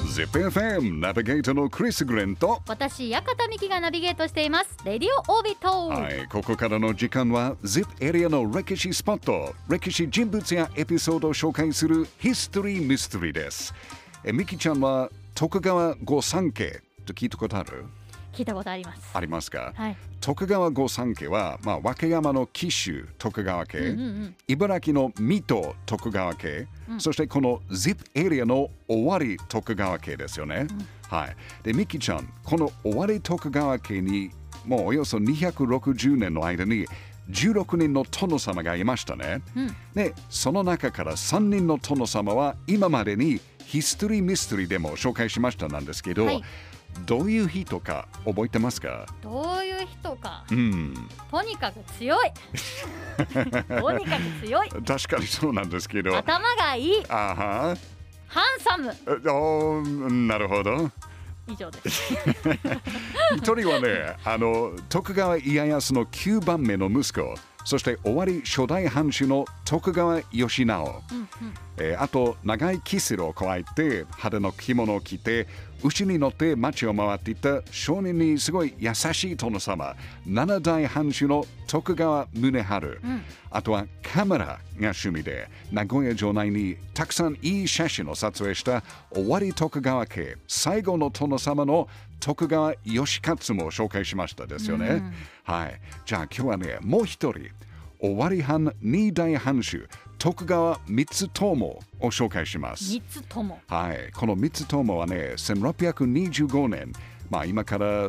ZIPFM ナビゲーターのクリス・グレンと私、館美希がナビゲートしています。レディオオービット。 はい、ここからの時間は ZIP エリアの歴史スポット、歴史人物やエピソードを紹介するヒストリー・ミステリーです。ミキちゃんは徳川御三家と聞いたことある？ 聞いたことあります。 ありますか？ はい。 徳川御三家は、和歌山の紀州徳川家、茨城の水戸徳川家、そしてこの ZIP エリアの尾張徳川家ですよね。はい。で、ミキちゃん、この尾張徳川家にもうおよそ260年の間に16人の殿様がいましたね。で、その中から3人の殿様は今までにヒストリー・ミステリーでも紹介しましたなんですけど、 はい、 どういう人か覚えてますか？ どういう人か、とにかく強いとにかく強い。 確かにそうなんですけど、 頭がいい、ハンサム。 なるほど。 以上です。 一人はね、徳川家康の9番目の息子、そして尾張初代藩主の徳川義直、あと長いキスルを加えて派手の着物を着て牛に乗って町を回っていた少年にすごい優しい殿様、7代藩主の徳川宗春、あとはカメラが趣味で名古屋城内にたくさんいい写真を撮影した尾張徳川家最後の殿様の徳川義勝も紹介しましたですよね。はい。じゃあ今日はね、もう一人尾張藩2代藩主徳川光友を紹介します。 光友。はい。 この光友はね、1625年、今から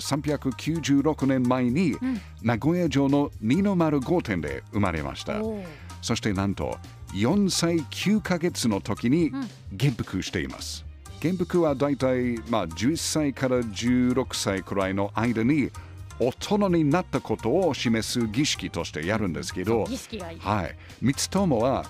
396年前に、名古屋城の二の丸御殿で生まれました。そしてなんと4歳9ヶ月の時に元服しています。元服はだいたい11歳から16歳くらいの間に大人になったことを示す儀式としてやるんですけど、 儀式がいい。 はい。光友は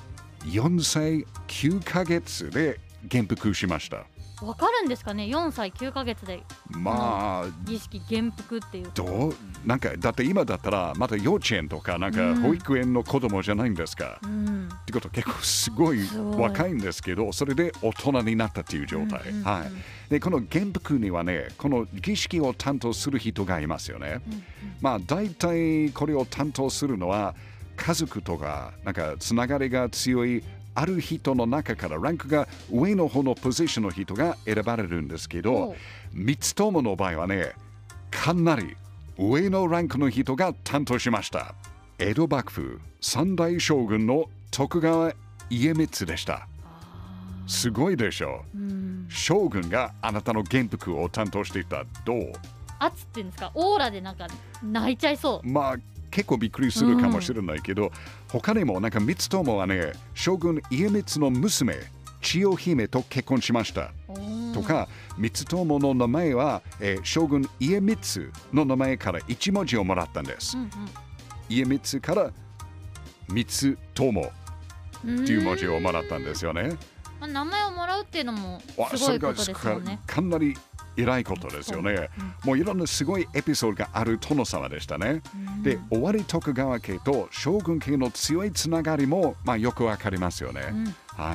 4歳9ヶ月で元服しました。 わかるんですかね、4歳9ヶ月で儀式元服っていう。 なんかだって今だったらまた幼稚園とかなんか保育園の子供じゃないんですか。ってこと結構すごい若いんですけど、それで大人になったっていう状態。はい。でこの元服にはね、この儀式を担当する人がいますよね。大体これを担当するのは家族とかなんかつながりが強いある人の中からランクが上の方のポジションの人が選ばれるんですけど、光友の場合はね、かなり上のランクの人が担当しました。江戸幕府三代将軍の徳川家光でした。すごいでしょ。将軍があなたの元服を担当していた。どう？ 圧っていうんですか、オーラでなんか泣いちゃいそう。 結構びっくりするかもしれないけど、他にもなんか光友はね、将軍家光の娘千代姫と結婚しましたとか、光友の名前は、将軍家光の名前から1文字をもらったんです。家光から光友っていう文字をもらったんですよね。 名前をもらうっていうのもすごいことですよね。 かなり偉いことですよね。もういろんなすごいエピソードがある殿様でしたね。で、尾張徳川家と将軍家の強いつながりも、よくわかりますよね。はい。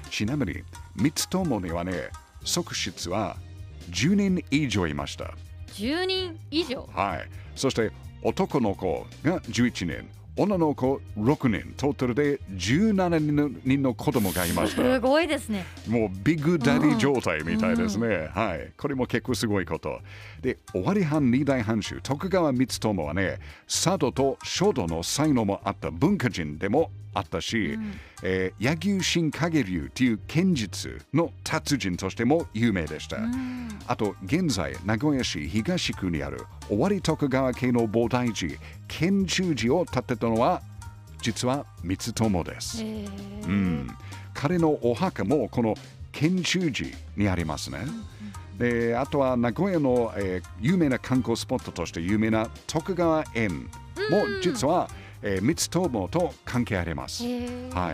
ちなみに光友にはね、側室は10人以上いました。 10人以上？ はい。そして男の子が11人。女の子6人、トータルで17人の子供がいました。 すごいですね。 もうビッグダディ状態みたいですね。はい。これも結構すごいこと。で、尾張藩2代藩主、徳川光友はね、茶道と書道の才能もあった文化人でもあったし、柳生新影流という剣術の達人としても有名でした。あと、現在、名古屋市東区にある尾張徳川家の菩提寺、建中寺を建てたのは、実は光友です。彼のお墓もこの建中寺にありますね。で、あとは名古屋の、有名な観光スポットとして有名な徳川園も実は、光友と関係あります。はい。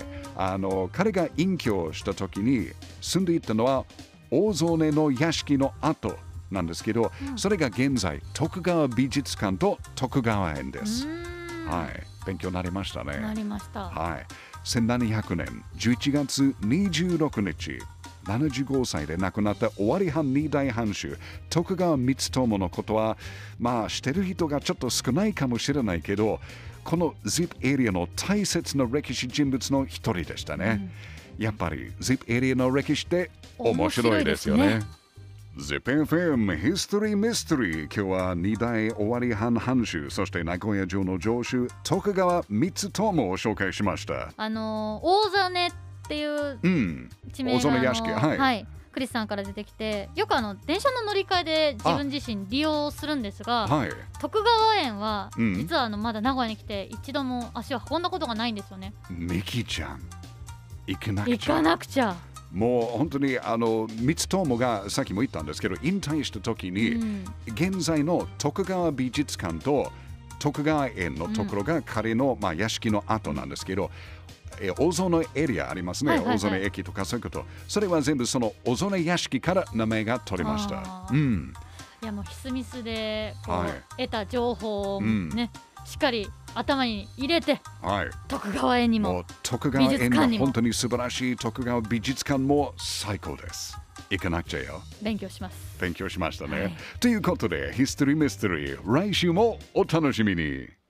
彼が隠居した時に住んでいたのは大曽根の屋敷の跡なんですけど、それが現在徳川美術館と徳川園です。はい。勉強になりましたね。 なりました。 はい。1700年11月26日 75歳で亡くなった尾張藩二代藩主徳川光友のことはまあしてる人がちょっと少ないかもしれないけど、この ZIP エリアの大切な歴史人物の一人でしたね。やっぱり ZIP エリアの歴史って面白いですよね。ZIPFM History Mystery、 今日は二代尾張藩藩主、そして名古屋城の城主徳川光友を紹介しました。 大実っていう地名が、 大実屋敷、はい、 クリスさんから出てきて、よく電車の乗り換えで自分自身利用するんですが、徳川園は実はまだ名古屋に来て一度も足を運んだことがないんですよね。 ミキちゃん行かなくちゃ。もう本当に光友がさっきも言ったんですけど、引退した時に、現在の徳川美術館と徳川園のところが彼の、屋敷の跡なんですけど、大園エリアありますね、大園駅とかそういうこと、それは全部その大園屋敷から名前が取れました。 いやもうひすみすで得た情報をね、しっかり頭に入れて、徳川園にも徳川園も本当に素晴らしい徳川美術館も最高です。行かなくちゃよ。 勉強します。 勉強しましたね。ということで、ヒストリーミステリー、来週もお楽しみに。